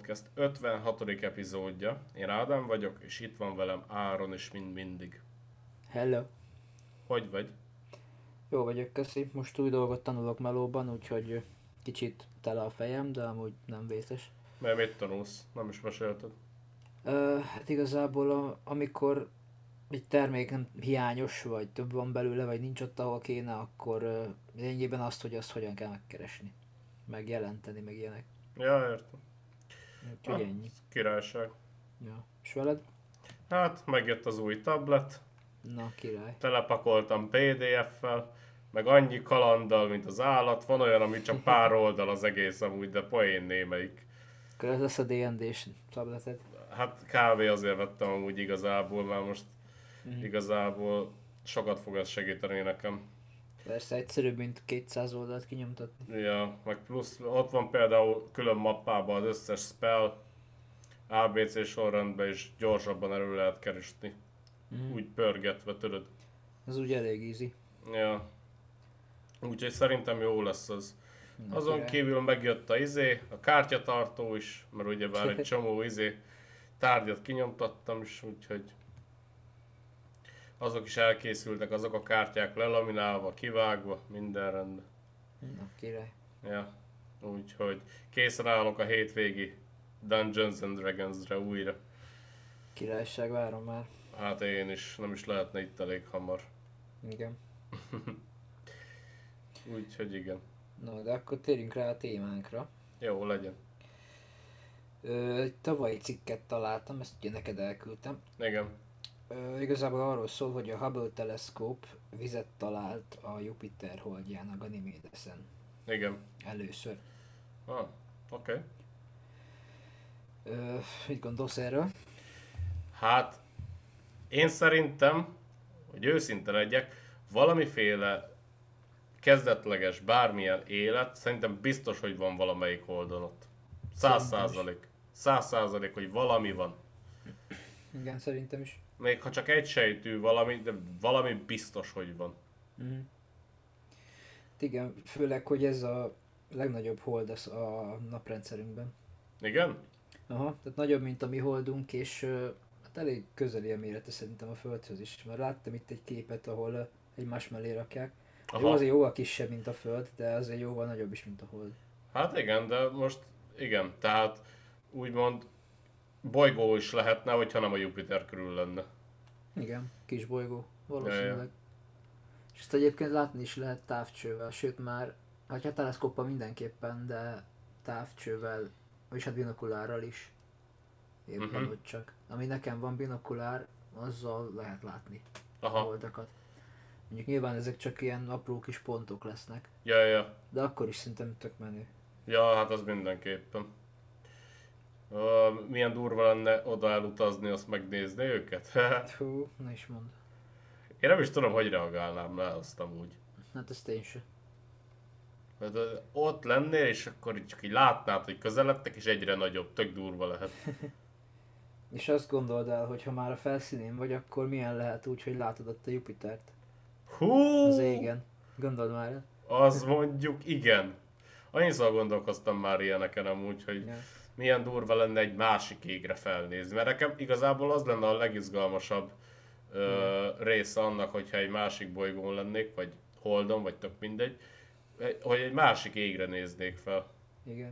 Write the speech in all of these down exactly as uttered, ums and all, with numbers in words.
Podcast ötvenhatodik epizódja. Én Ádám vagyok, és itt van velem Áron is, mint mindig. Hello. Hogy vagy? Jó vagyok, köszi. Most új dolgot tanulok melóban, úgyhogy kicsit tele a fejem, de amúgy nem vészes. Mert mit tanulsz? Nem is mesélted. Ö, hát igazából a, amikor egy termék nem hiányos, vagy több van belőle, vagy nincs ott, ahol kéne, akkor ö, lényegében azt, hogy azt hogyan kell megkeresni. Meg jelenteni, meg ilyenek. Ja, értem. Úgyhogy Ah, ennyi. királyság. Ja. És veled? Hát, megjött az új tablet, Na, király. telepakoltam pé dé ef-fel, meg annyi kalanddal, mint az állat. Van olyan, ami csak pár oldal az egész amúgy, de poén némelyik. Akkor ez lesz a dé en dés tableted. Hát kávé azért vettem amúgy igazából, mert most Mhm. igazából sokat fog ez segíteni nekem. Persze egyszerűbb, mint kétszáz oldalt kinyomtatni. Ja, meg plusz ott van például külön mappában az összes spell, á bé cé sorrendben is gyorsabban elő lehet keresni. Mhm. Úgy pörgetve, tudod. Ez úgy elég easy. Ja. Úgyhogy szerintem jó lesz az. Na, Azon király. kívül megjött a izé, a kártyatartó is, mert ugyebár egy csomó izé tárgyat kinyomtattam is, úgyhogy azok is elkészültek, azok a kártyák lelaminálva, kivágva, minden rendben. Na, király. Ja, úgyhogy készen állok a hétvégi Dungeons and Dragons-re újra. Királyság, várom már. Hát én is, nem is lehetne itt elég hamar. Igen. Úgyhogy igen. Na, de akkor térjünk rá a témánkra. Jó, legyen. Ö, egy tavalyi cikket találtam, ezt ugye neked elküldtem. Igen. Ö, igazából arról szól, hogy a Hubble teleszkóp vizet talált a Jupiter holdján, a Ganymedesen. Igen. Először. Ah, oké. Okay. Ö, mit gondolsz erről? Hát, én szerintem, hogy őszinte legyek, valamiféle kezdetleges bármilyen élet, szerintem biztos, hogy van valamelyik oldalon ott. Száz Szerintem is. százalék. Száz százalék, hogy valami van. Igen, szerintem is. Még ha csak egy sejtű valami, de valami biztos, hogy van. Mhm. Igen, főleg, hogy ez a legnagyobb hold az a naprendszerünkben. Igen? Aha, tehát nagyobb, mint a mi holdunk, és ö, hát elég közeli a mérete szerintem a Földhöz is. Mert láttam itt egy képet, ahol ö, egymás mellé rakják. Jó, Aha. azért jóval kisebb, mint a Föld, de azért jóval nagyobb is, mint a hold. Hát igen, de most igen, tehát úgymond bolygó is lehetne, hogyha nem a Jupiter körül lenne. Igen, kis bolygó, Ja, valószínűleg. ja. És ezt egyébként látni is lehet távcsővel, sőt már, hát a teleszkóppal mindenképpen, de távcsővel, és hát binokulárral is. Éppen Mhm. hogy csak. Ami nekem van binokulár, azzal lehet látni a Aha. holdakat. Mondjuk nyilván ezek csak ilyen apró kis pontok lesznek, Ja, ja. de akkor is szerintem tök menő. Ja, hát az mindenképpen. Uh, milyen durva lenne oda elutazni, azt megnézni őket? Hú, ne is mond. Én nem is tudom, hogy reagálnám le azt amúgy. Hát ezt én se. Hát, ö, ott lennél, és akkor így csak így látnád, hogy közeledtek, és egyre nagyobb, tök durva lehet. És azt gondold el, hogy ha már a felszínén vagy, akkor milyen lehet úgy, hogy látod ott a Jupitert Hú! az égen. Gondold már el. Az mondjuk igen. Annyiszor gondolkoztam már ilyeneken amúgy, hogy Ja. milyen durva lenne egy másik égre felnézni. Mert nekem igazából az lenne a legizgalmasabb ö, része annak, hogyha egy másik bolygón lennék, vagy holdon, vagy tök mindegy, hogy egy másik égre néznék fel. Igen.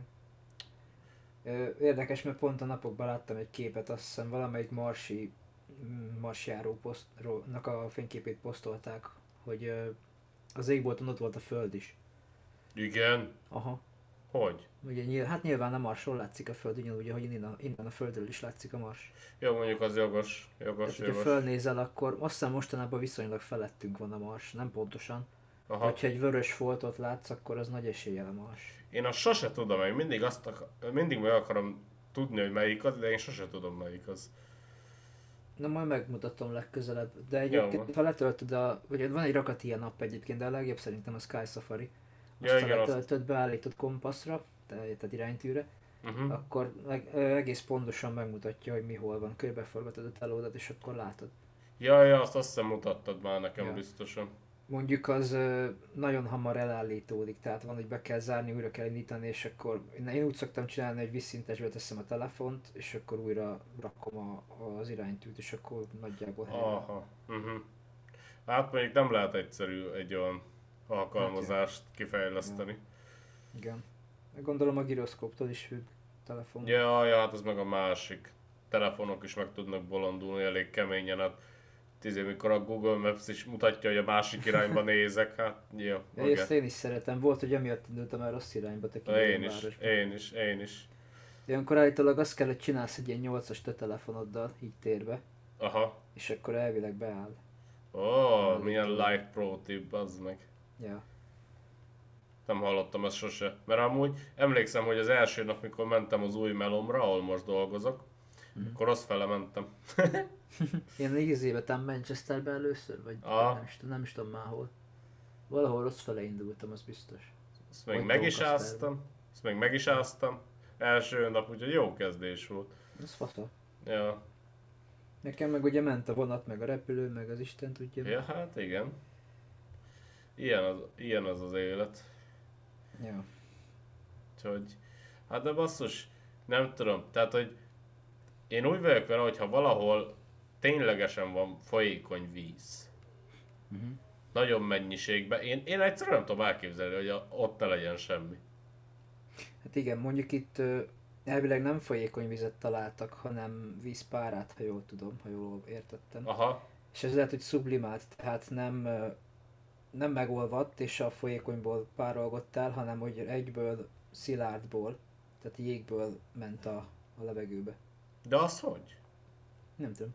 Ö, Érdekes, mert pont a napokban láttam egy képet, azt hiszem valamelyik marsi mm, marsjáró posztnak a fényképét posztolták, hogy ö, az égbolton ott volt a Föld is. Igen? Aha. Hogy? Ugye nyilv, hát nyilván a Marsról látszik a Föld, ugyanúgy, ahogy innen a, innen a Földről is látszik a Mars. Jó, mondjuk az jogos, jogos, Tehát, hogyha jogos. fölnézel, akkor azt hiszem mostanában viszonylag felettünk van a Mars, nem pontosan. De Aha. hogyha egy vörös foltot látsz, akkor az nagy eséllyel a Mars. Én azt sose tudom, én mindig azt ak- mindig meg akarom tudni, hogy melyik az, de én sose tudom, melyik az. Na majd megmutatom legközelebb. De Jó egyébként, van. ha letöltöd a... Vagy van egy rakat ilyen app egyébként, de a legjobb szerintem a Sky Safari. Ja, Azt ha igen, azt. letöltöd, beállítod kompasszra, te- tehát iránytűre, Uh-huh. akkor meg, ö, egész pontosan megmutatja, hogy mi hol van. Körbeforgatod a telódat, és akkor látod. Ja, ja, azt azt hiszem mutattad már nekem Ja. biztosan. mondjuk az ö, nagyon hamar elállítódik, tehát van, hogy be kell zárni, újra kell indítani, és akkor én én úgy szoktam csinálni, hogy vízszintesbe teszem a telefont, és akkor újra rakom a, az iránytűt, és akkor nagyjából helyre. Aha. Uh-huh. Hát mondjuk nem lehet egyszerű egy olyan Hát ja, alkalmazást ja, kifejleszteni. igen. Gondolom a giroszkóptól is függ telefonon. Ja, ja, hát ez meg a másik. Telefonok is meg tudnak bolondulni elég keményen. Hát tízé, mikor a Google Maps is mutatja, hogy a másik irányba nézek, hát jó, Ja, oké. ezt én is szeretem. Volt, hogy amiatt indultam el rossz irányba Okay. tekintetben Én is, városba. én is, én is. Ilyenkor állítólag azt kell, hogy csinálsz egy ilyen nyolcas te telefonoddal, így térbe, Aha. és akkor elvileg beáll. Ó, oh, milyen Állítólag. live pro tip, az meg. Ja. Nem hallottam ezt sose. Mert amúgy emlékszem, hogy az első nap, mikor mentem az új melomra, ahol most dolgozok, Mhm. akkor rossz fele mentem. Ilyen tíz éve tám Manchesterben először, vagy Aha. nem is, tudom- nem is tudom már hol. Valahol rossz fele indultam, az biztos. Azt még Vagy meg is Doncasterben. áztam. Azt még meg is áztam. Első nap, úgyhogy jó kezdés volt. Ez fasza. Ja, Nekem meg ugye ment a vonat, meg a repülő, meg az Isten tudja. ja hát igen. Ilyen az, ilyen az az élet. Ja. Úgyhogy, hát de basszus, nem tudom. Tehát, hogy én úgy vagyok vele, hogyha valahol ténylegesen van folyékony víz, Uh-huh. nagyon mennyiségben, én, én egyszerűen nem tudom elképzelni, hogy a, ott ne legyen semmi. Hát igen, mondjuk itt ö, elvileg nem folyékony vizet találtak, hanem vízpárát, ha jól tudom, ha jól értettem. Aha, És ez lehet, hogy sublimált, tehát nem, ö, nem megolvadt és a folyékonyból párolgott el, hanem hogy egyből szilárdból, tehát jégből ment a, a levegőbe. de az hogy? Nem tudom.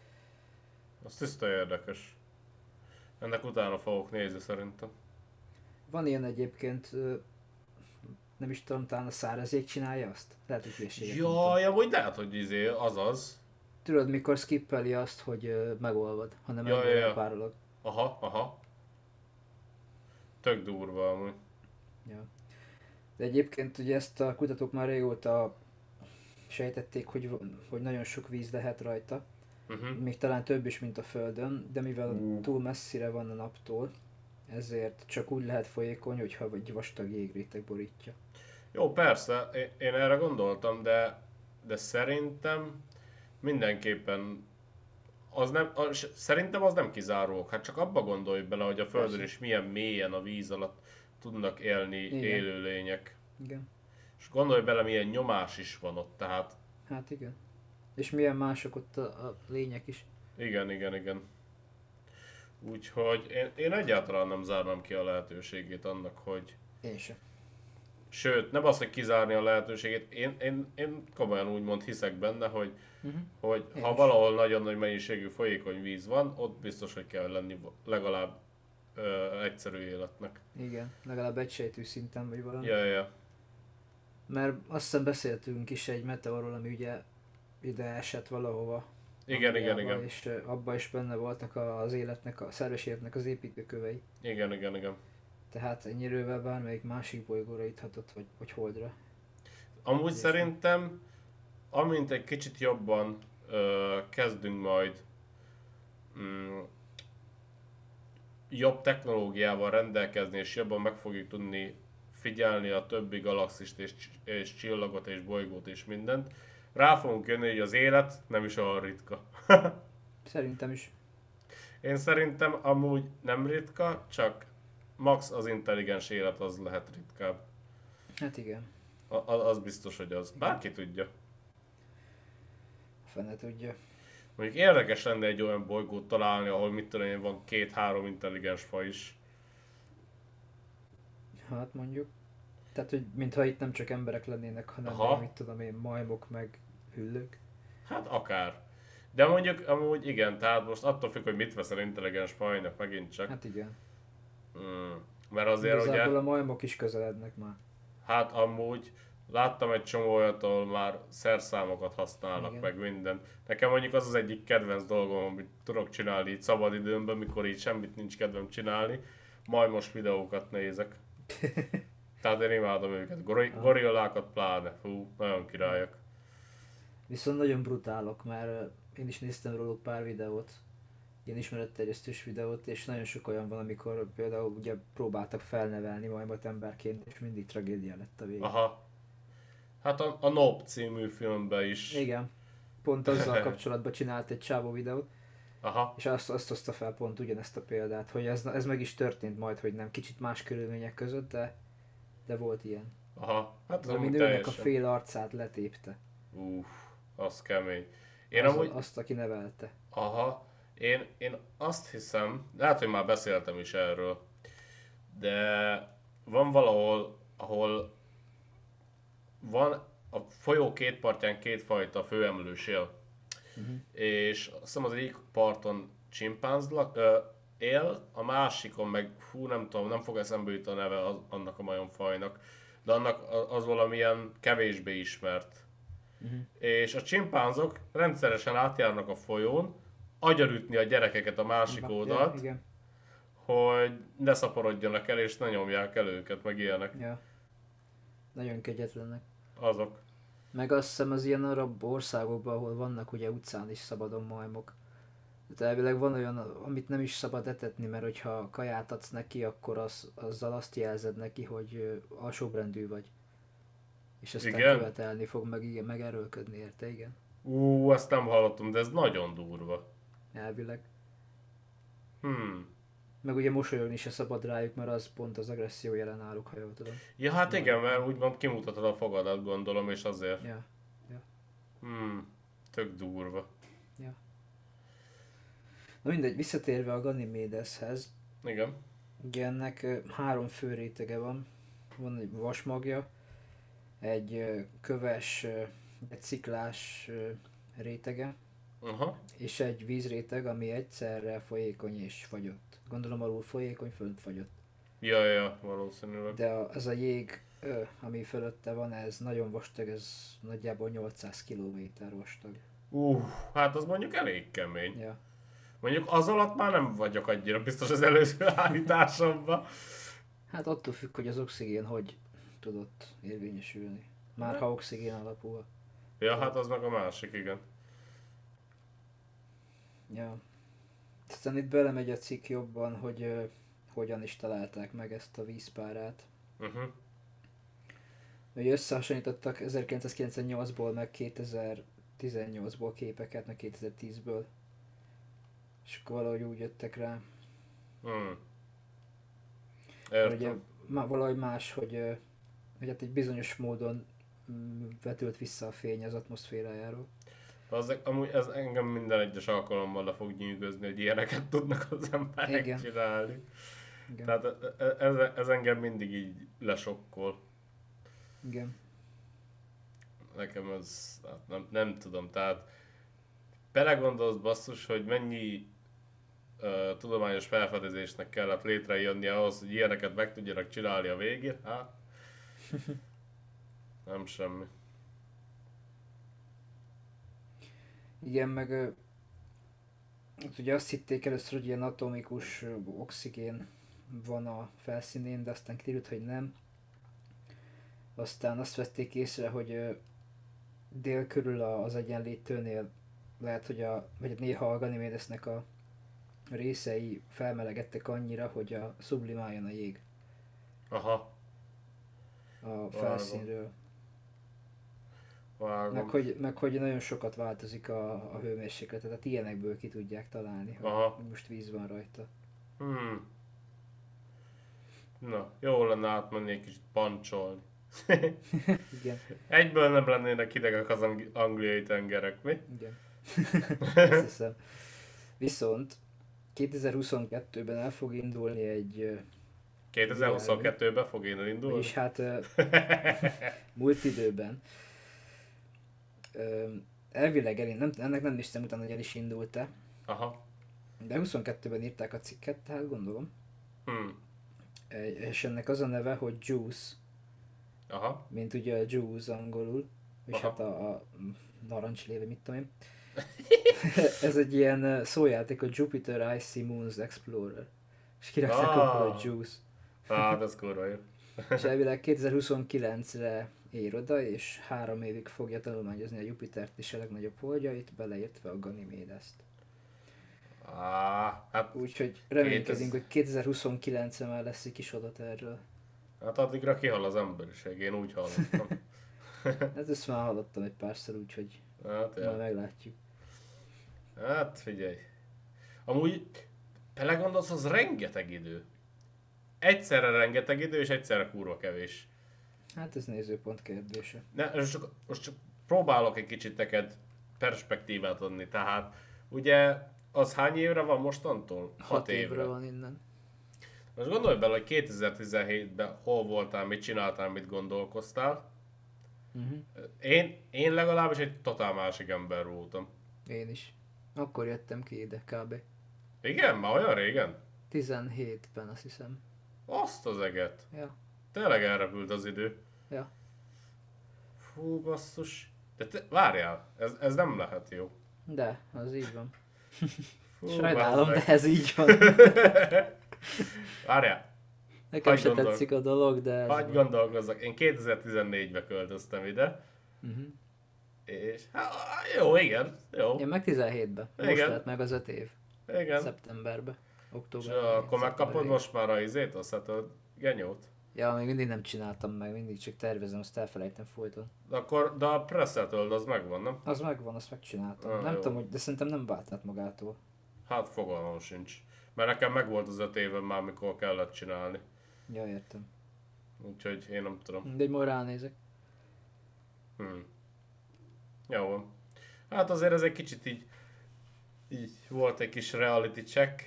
Az tiszta érdekes. Ennek utána fogok nézni szerintem. Van ilyen egyébként, ö, nem is tudom, talán a száraz jég csinálja azt? Lehet, hogy hülyeséget mondtam. Jaj, amúgy lehet, hogy izé, azaz. Tudod, mikor skippeli azt, hogy ö, megolvad, hanem Ja, egyből ja, ja. elpárolog. Aha, aha. Tök durva amúgy. Ja. De egyébként ugye ezt a kutatók már régóta sejtették, hogy, hogy nagyon sok víz lehet rajta, Uh-huh. még talán több is, mint a Földön, de mivel Uh. túl messzire van a naptól, ezért csak úgy lehet folyékony, hogyha egy vastag jégréteg borítja. Jó, persze, én, én erre gondoltam, de, de szerintem mindenképpen az nem, az, szerintem az nem kizárók. Hát csak abba gondolj bele, hogy a Földön Persze. is milyen mélyen a víz alatt tudnak élni Igen. élőlények. Igen. És gondolj bele, milyen nyomás is van ott, tehát Hát igen. És milyen mások ott a, a lények is. igen, igen, igen. Úgyhogy én, én egyáltalán nem zárnám ki a lehetőségét annak, hogy Én sem. sőt, nem az, hogy kizárni a lehetőségét, én, én, én komolyan úgymond hiszek benne, hogy, Uh-huh. hogy Én ha is. valahol nagyon nagy mennyiségű folyékony víz van, ott biztos, hogy kell lenni legalább ö, egyszerű életnek. Igen, legalább egy sejtű szinten vagy valami. Ja, ja. Mert azt hiszem beszéltünk is egy meteorról, ami ugye ide esett valahova. Igen, igen, Angliába, igen. És ö, abban is benne voltak a- az életnek, a szerves életnek az építőkövei. Igen, igen, igen. Tehát ennyire bármelyik másik bolygóra juthatott, vagy, vagy holdra. Amúgy Ilyesmi. szerintem, amint egy kicsit jobban ö, kezdünk majd mm, jobb technológiával rendelkezni, és jobban meg fogjuk tudni figyelni a többi galaxist és, és csillagot és bolygót és mindent, rá fogunk jönni, hogy az élet nem is olyan ritka. Szerintem is. Én szerintem amúgy nem ritka, csak max az intelligens élet az lehet ritkább. Hát igen, A, a- az biztos, hogy az. Bárki tudja. a fene tudja. Mondjuk érdekes lenne egy olyan bolygót találni, ahol mit tudom én, van két-három intelligens faj is. Hát mondjuk. Tehát, hogy mintha itt nem csak emberek lennének, hanem Aha. még, mit tudom én, majmok meg hüllők. Hát akár. De mondjuk amúgy igen, tehát most attól függ, hogy mit veszel intelligens fajnak megint csak. Hát igen. Mm, mert azért Igazából ugye, a majmok is közelednek már. hát amúgy láttam egy csomó olyat, ahol már szerszámokat használnak Igen. meg minden. Nekem mondjuk az az egyik kedvenc dolgom, amit tudok csinálni így szabadidőmben, mikor így semmit nincs kedvem csinálni. Majmos videókat nézek. Tehát én imádom őket. Gori- Ah. gorillákat pláne. Fú, nagyon királyok. Viszont nagyon brutálok, mert ö, én is néztem róluk pár videót. ilyen ismeretterjesztős videót, és nagyon sok olyan van, amikor például ugye próbáltak felnevelni majmot emberként, és mindig tragédia lett a vége. Aha. Hát a, a Nope című filmben is. Igen, pont azzal kapcsolatban csinált egy csávó videót, Aha. és azt, azt hozta fel pont ugyanezt a példát, hogy ez, ez meg is történt majd, hogy nem kicsit más körülmények között, de, de volt ilyen. Aha. Hát ez Ami amúgy nőnek a teljesen. fél arcát letépte. Uff, az kemény. Én Az, amúgy... azt, aki nevelte. Aha. Én, én azt hiszem, lehet, hogy már beszéltem is erről, de van valahol, ahol van a folyó két partján kétfajta főemlős él. Uh-huh. És azt hiszem az egyik parton csimpánz lak, ö, él, a másikon meg, hú nem tudom, nem fog eszembe jutni a neve az, annak a majomfajnak, de annak a- az valamilyen kevésbé ismert. Uh-huh. És a csimpánzok rendszeresen átjárnak a folyón, agyarütni a gyerekeket a másik Ja, oldalt, igen. hogy ne szaporodjanak el és ne nyomják el őket, meg ilyenek. Ja. Nagyon kegyetlenek. Azok. Meg azt hiszem az ilyen arab országokban, ahol vannak ugye utcán is szabadon majmok. De elvileg van olyan, amit nem is szabad etetni, mert hogyha kaját adsz neki, akkor az, azzal azt jelzed neki, hogy ö, alsóbrendű vagy. És aztán Igen? követelni fog, meg, igen, meg erőlködni érte, igen. Ú, ezt nem hallottam, de ez nagyon durva. Elvileg. Hmm. Meg ugye mosolyogni se szabad rájuk, mert az pont az agresszió jelen náluk, ha jól tudom. Ja, hát igen, mert úgymond kimutatod a fogadat, gondolom, és azért. Ja. Hmm, tök durva. Na mindegy, visszatérve a Ganymédeshez, Igen. ugye ennek ö, három fő rétege van. Van egy vasmagja, egy ö, köves, ö, egy sziklás ö, rétege, Aha. és egy vízréteg, ami egyszerre folyékony és fagyott. Gondolom alul folyékony, fönt fagyott. Ja, ja, ja, valószínűleg. De a, ez a jég, ö, ami fölötte van, ez nagyon vastag, ez nagyjából nyolcszáz kilométer vastag. Uh, hát az mondjuk elég kemény. Ja. Mondjuk az alatt már nem vagyok annyira biztos az előző állításomban. Hát attól függ, hogy az oxigén hogy tudott érvényesülni. Már ha oxigén alapú. Ja, hát az meg a másik, igen. Ja. Aztán itt belemegy a cikk jobban, hogy ö, hogyan is találták meg ezt a vízpárát. Uh-huh. Ugye összehasonlítottak ezerkilencszázkilencvennyolcból meg kétezer-tizennyolcból képeket, meg kétezer-tízből. És akkor valahogy úgy jöttek rá. Hmm. Mert ugye Értem. má, valahogy más, hogy, ö, hogy hát egy bizonyos módon mm, vetült vissza a fény az atmoszférájáról. Az, amúgy ez engem minden egyes alkalommal le fog nyűgözni, hogy ilyeneket tudnak az emberek Igen. csinálni. Igen. Tehát e- e- ez, ez engem mindig így lesokkol. Igen. Nekem ez, hát nem, nem tudom, tehát belegondolsz basszus, hogy mennyi uh, tudományos felfedezésnek kellett létrejönni ahhoz, hogy ilyeneket meg tudjanak csinálni a végén, hát nem semmi. Igen, meg ö, hát ugye azt hitték először, hogy ilyen atomikus ö, oxigén van a felszínén, de aztán kiderült, hogy nem. Aztán azt vették észre, hogy ö, dél körül a- az egyenlítőnél lehet, hogy a, vagy néha a Ganymédesnek a részei felmelegedtek annyira, hogy a sublimáljon a jég Aha, a felszínről. Meg vágom. hogy, meg hogy nagyon sokat változik a, a hőmérséklete, tehát ilyenekből ki tudják találni, hogy Aha. most víz van rajta. Hmm. Na, jó lenne átmenni egy kicsit pancsolni. Igen, Egyből nem lennének hidegek az ang- angliai tengerek, mi? igen. Azt hiszem. Viszont kétezer-huszonkettőben el fog indulni egy, ö, kétezer-huszonkettőben fog én elindulni? vagyis hát ö, múlt időben. Ö, elvileg el, nem, ennek nem néztem utána, hogy el is indult-e, Aha. de huszonkettőben írták a cikket, tehát gondolom. Hmm. Ö, És ennek az a neve, hogy Juice, Aha. mint ugye a Juice angolul, és Aha. hát a, a narancsléve, mit tudom én. Ez egy ilyen ö, szójáték, a Jupiter Icy Moons Explorer. És kirakták Ah. akkor a Juice. Hát, ez kurva jó. És elvileg kétezer-huszonkilencre ér oda, és három évig fogja tanulmányozni a Jupitert és a legnagyobb holdjait, beleértve a Ganymédeszt. Úgyhogy reménykedünk, hogy kétezer-huszonkilencre már lesz egy kis adat erről. Hát addigra kihal az emberiség, én úgy hallottam. Hát ezt már hallottam egy párszor, úgyhogy Hát, majd ja. meglátjuk. Hát figyelj. Amúgy belegondolsz, az rengeteg idő. Egyszerre rengeteg idő, és egyszerre kurva kevés. Hát ez nézőpont kérdése. Ne, most, csak, most csak próbálok egy kicsit neked perspektívát adni. Tehát ugye az hány évre van mostantól? Hat évre van innen. Most gondolj bele, hogy kétezer-tizenhétben hol voltál, mit csináltál, mit gondolkoztál. Uh-huh. Én, én legalábbis egy totál másik ember voltam. Én is. Akkor jöttem ki ide kb. Igen? Már olyan régen? tizenhétben azt hiszem. Azt az eget. Ja. Tényleg elrepült az idő. Ja. Fú, basszus. De te, várjál, ez, ez nem lehet jó. De, az így van. Fú, Sajnálom, bazzeg. de ez így van. Várjál, Nekem Hagy se gondol- tetszik a dolog, de ez hagyj van. gondolkozzak. Én kétezer-tizennégybe költöztem ide. Uh-huh. És hát, jó, igen, jó. Én meg tizenhétben. Most Igen. lett meg az öt év. Igen. Szeptemberben. És Októberben. akkor szeptember megkapod végén. most már a izét, azt hát a genyót. Ja, még mindig nem csináltam meg, mindig csak tervezem, azt elfelejtem folyton. De akkor, de a presszetöld az megvan, nem? Az megvan, azt megcsináltam. Ah, nem jó. tudom, hogy, de szerintem nem vált át magától. Hát fogalmam sincs. Mert nekem megvolt az öt évem már, mikor kellett csinálni. Ja, értem. Úgyhogy én nem tudom. Mindegy, majd ránézek. Hmm. Jó van. Hát azért ez egy kicsit így, így volt egy kis reality check.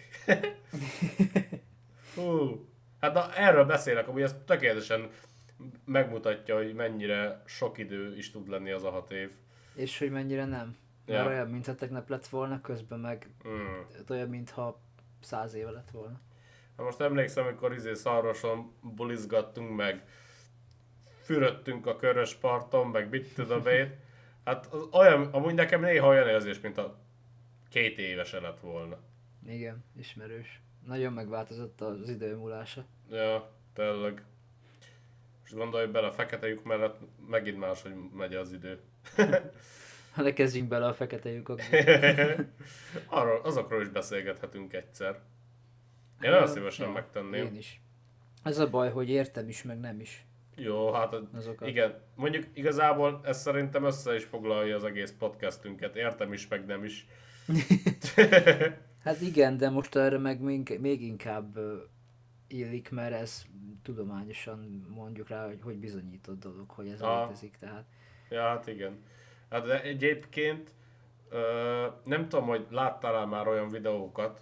Hú. Hát na, erről beszélek, amúgy ez tökéletesen megmutatja, hogy mennyire sok idő is tud lenni az a hat év. És hogy mennyire nem. Ja. Mert olyan, mintha tegnap lett volna, közben meg Hmm. olyan, mintha száz éve lett volna. Na most emlékszem, amikor izé szarvason bulizgattunk, meg fürödtünk a körös parton, meg mit tudom én. Hát az olyan, amúgy nekem néha olyan érzés, mint a két évese lett volna. Igen, ismerős. Nagyon megváltozott az idő múlása. Ja, tényleg. Most gondolj bele, a fekete lyuk mellett megint máshogy megy az idő. Ha ne kezdjünk bele a fekete lyukakba. Arról, azokról is beszélgethetünk egyszer. Én nagyon szívesen Ja, megtenném. Én is. Ez a baj, hogy értem is, meg nem is. Jó, hát Azokat. igen. Mondjuk igazából ez szerintem össze is foglalja az egész podcastünket. Értem is, meg nem is. Hát igen, de most erre meg még, még inkább ö, illik, mert ez tudományosan mondjuk rá, hogy, hogy bizonyított dolog, hogy ez Aha. létezik. Tehát Ja, hát igen. Hát de egyébként ö, nem tudom, hogy láttál már olyan videókat,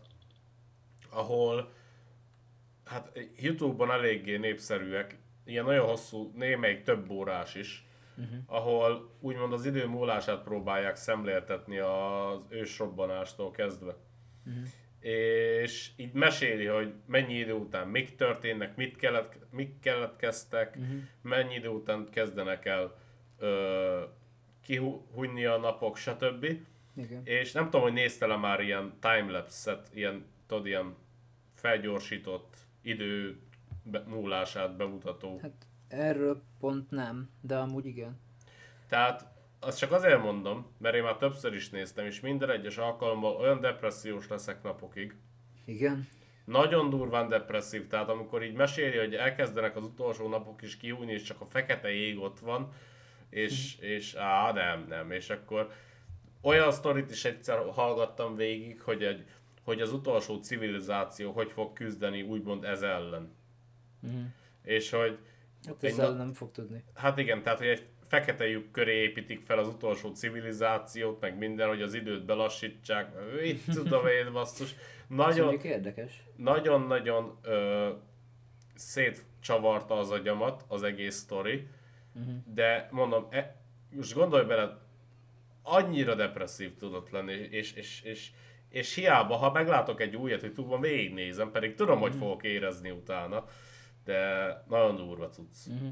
ahol hát YouTube-on eléggé népszerűek, ilyen nagyon hosszú, némelyik több órás is, uh-huh. ahol úgymond az idő múlását próbálják szemléltetni az ősrobbanástól kezdve. Uh-huh. És így meséli, hogy mennyi idő után mik történnek, mit kellett, mik keletkeztek, Uh-huh. mennyi idő után kezdenek el ö, kihújni a napok, stb. Igen. És nem tudom, hogy néztel már ilyen timelapse-et, ilyen, tudod, ilyen felgyorsított idő be, múlását bemutató. Hát erről pont nem, de amúgy igen. Tehát azt csak azért mondom, mert én már többször is néztem, és minden egyes alkalommal olyan depressziós leszek napokig. Igen. Nagyon durván depresszív, tehát amikor így meséli, hogy elkezdenek az utolsó napok is kihújni, és csak a fekete jég ott van, és, és á, nem, nem, és akkor olyan sztorit is egyszer hallgattam végig, hogy, egy, hogy az utolsó civilizáció hogy fog küzdeni úgymond ez ellen. Uh-huh. És hogy, Hát Egy ezzel na- nem fog tudni. hát igen, tehát hogy egy fekete lyuk köré építik fel az utolsó civilizációt, meg minden, hogy az időt belassítsák, mit tudom én, basszus. Ez Nagyon, mondjuk érdekes. nagyon-nagyon ö, szétcsavarta az agyamat az egész sztori, Uh-huh. de mondom, e, most gondolj bele, annyira depresszív tudott lenni, és, és, és, és hiába, ha meglátok egy újat, hogy tudom, végignézem, pedig tudom, hogy fogok érezni utána, de nagyon durva cucc. Uh-huh.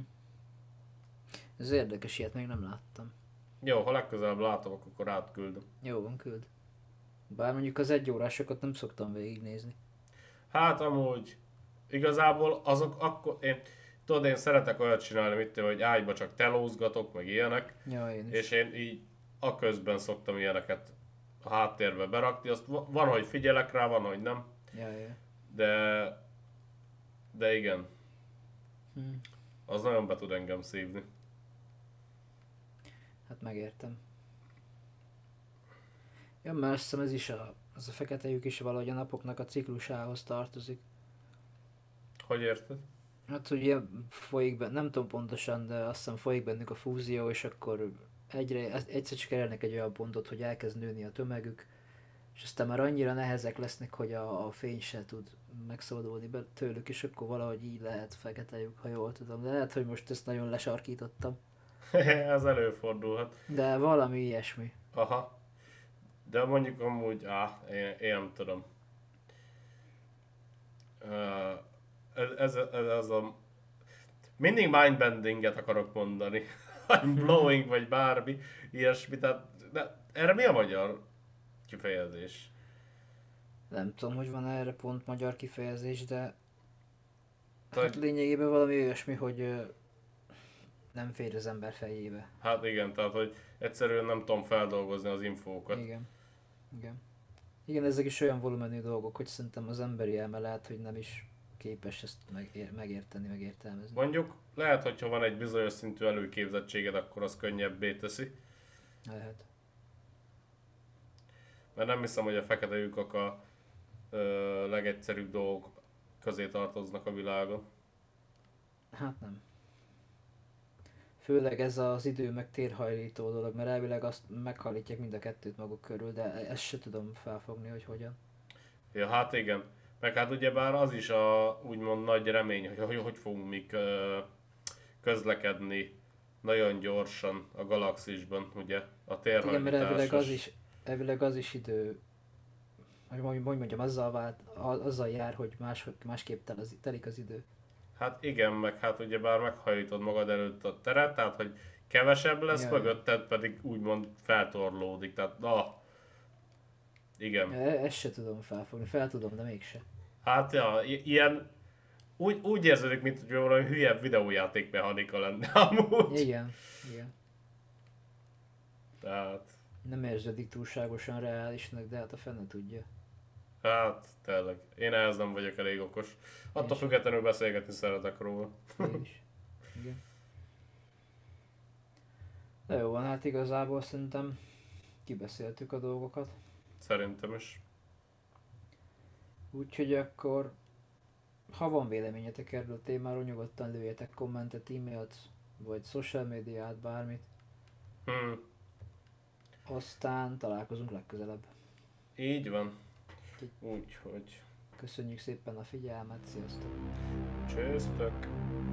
Ez érdekes, ilyet még nem láttam. Jó, ha legközelebb látom, akkor átküldöm. Jó van, küld. Bár mondjuk az egyórásokat nem szoktam végignézni. Hát amúgy, igazából azok akkor, én, tudod, én szeretek olyat csinálni, mit tudom, hogy ágyba csak telózgatok, meg ilyenek, Ja, én is. és én így a közben szoktam ilyeneket a háttérbe berakni, azt va- van, hogy figyelek rá, van, hogy nem. Ja, ja. De, de igen, Hm. az nagyon be tud engem szívni. Hát megértem. Ja, mert azt hiszem ez is a, az a fekete lyuk is valahogy a napoknak a ciklusához tartozik. Hogy érted? Hát ugye folyik be, nem tudom pontosan, de azt hiszem folyik bennük a fúzió, és akkor egyre, egyszer csak elérnek egy olyan pontot, hogy elkezd nőni a tömegük, és aztán már annyira nehezek lesznek, hogy a, a fény se tud megszabadulni be tőlük, és akkor valahogy így lehet fekete lyuk, ha jól tudom. De lehet, hogy most ezt nagyon lesarkítottam. Ez előfordulhat. De valami ilyesmi. Aha. De mondjuk amúgy, áh, én, én nem tudom. Uh, ez, ez, ez, ez a... Mindig mindbendinget akarok mondani. Blowing vagy bármi, ilyesmi. Tehát, de erre mi a magyar kifejezés? Nem tudom, hogy van erre pont magyar kifejezés, de hát Tehát, lényegében valami olyasmi, hogy ö, nem fér az ember fejébe. hát igen, tehát hogy egyszerűen nem tudom feldolgozni az infókat. Igen. Igen. Igen, ezek is olyan volumenű dolgok, hogy szerintem az emberi elme lehet, hogy nem is képes ezt megér- megérteni, megértelmezni. Mondjuk lehet, hogyha van egy bizonyos szintű előképzettséged, akkor az könnyebbé teszi. Lehet. Mert nem hiszem, hogy a fekete lyukak a ö, legegyszerűbb dolgok közé tartoznak a világon. Hát nem. Főleg ez az idő meg térhajlító dolog, mert elvileg azt meghajlítják mind a kettőt maguk körül, de ezt se tudom felfogni, hogy hogyan. Ja, hát igen. Meg hát ugyebár az is a úgymond nagy remény, hogy hogy, hogy fogunk mi ö, közlekedni nagyon gyorsan a galaxisban, ugye, a Igen, mert elvileg az térhajlításos. is, elvileg az is idő, hogy mondj- hogy mondjam, azzal, vált, a- azzal jár, hogy más, másképp tel az, telik az idő. Hát igen, meg hát ugyebár meghajlítod magad előtt a teret, tehát hogy kevesebb lesz, Ja, ja. mögötted pedig úgymond feltorlódik, tehát na, igen. E- Ezt se tudom felfogni, fel tudom, de mégse. Hát ja, i- ilyen, úgy, úgy érződik, mint hogy valami hülyebb videójáték mechanika lenne amúgy. Igen, igen. Tehát, Nem érződik túlságosan reálisnak, de hát a fene tudja. hát tényleg, én ehhez nem vagyok elég okos. Attól Én sem. függetlenül beszélgetni szeretek róla. Én is. Igen. De jó van, hát igazából szerintem kibeszéltük a dolgokat. Szerintem is. Úgyhogy akkor, ha van véleményetek erről a témáról, nyugodtan lőjetek kommentet, e-mailt, vagy social médiát, bármit. Hmm, Aztán találkozunk legközelebb. így van. Úgyhogy, Köszönjük szépen a figyelmet, sziasztok! csőztök.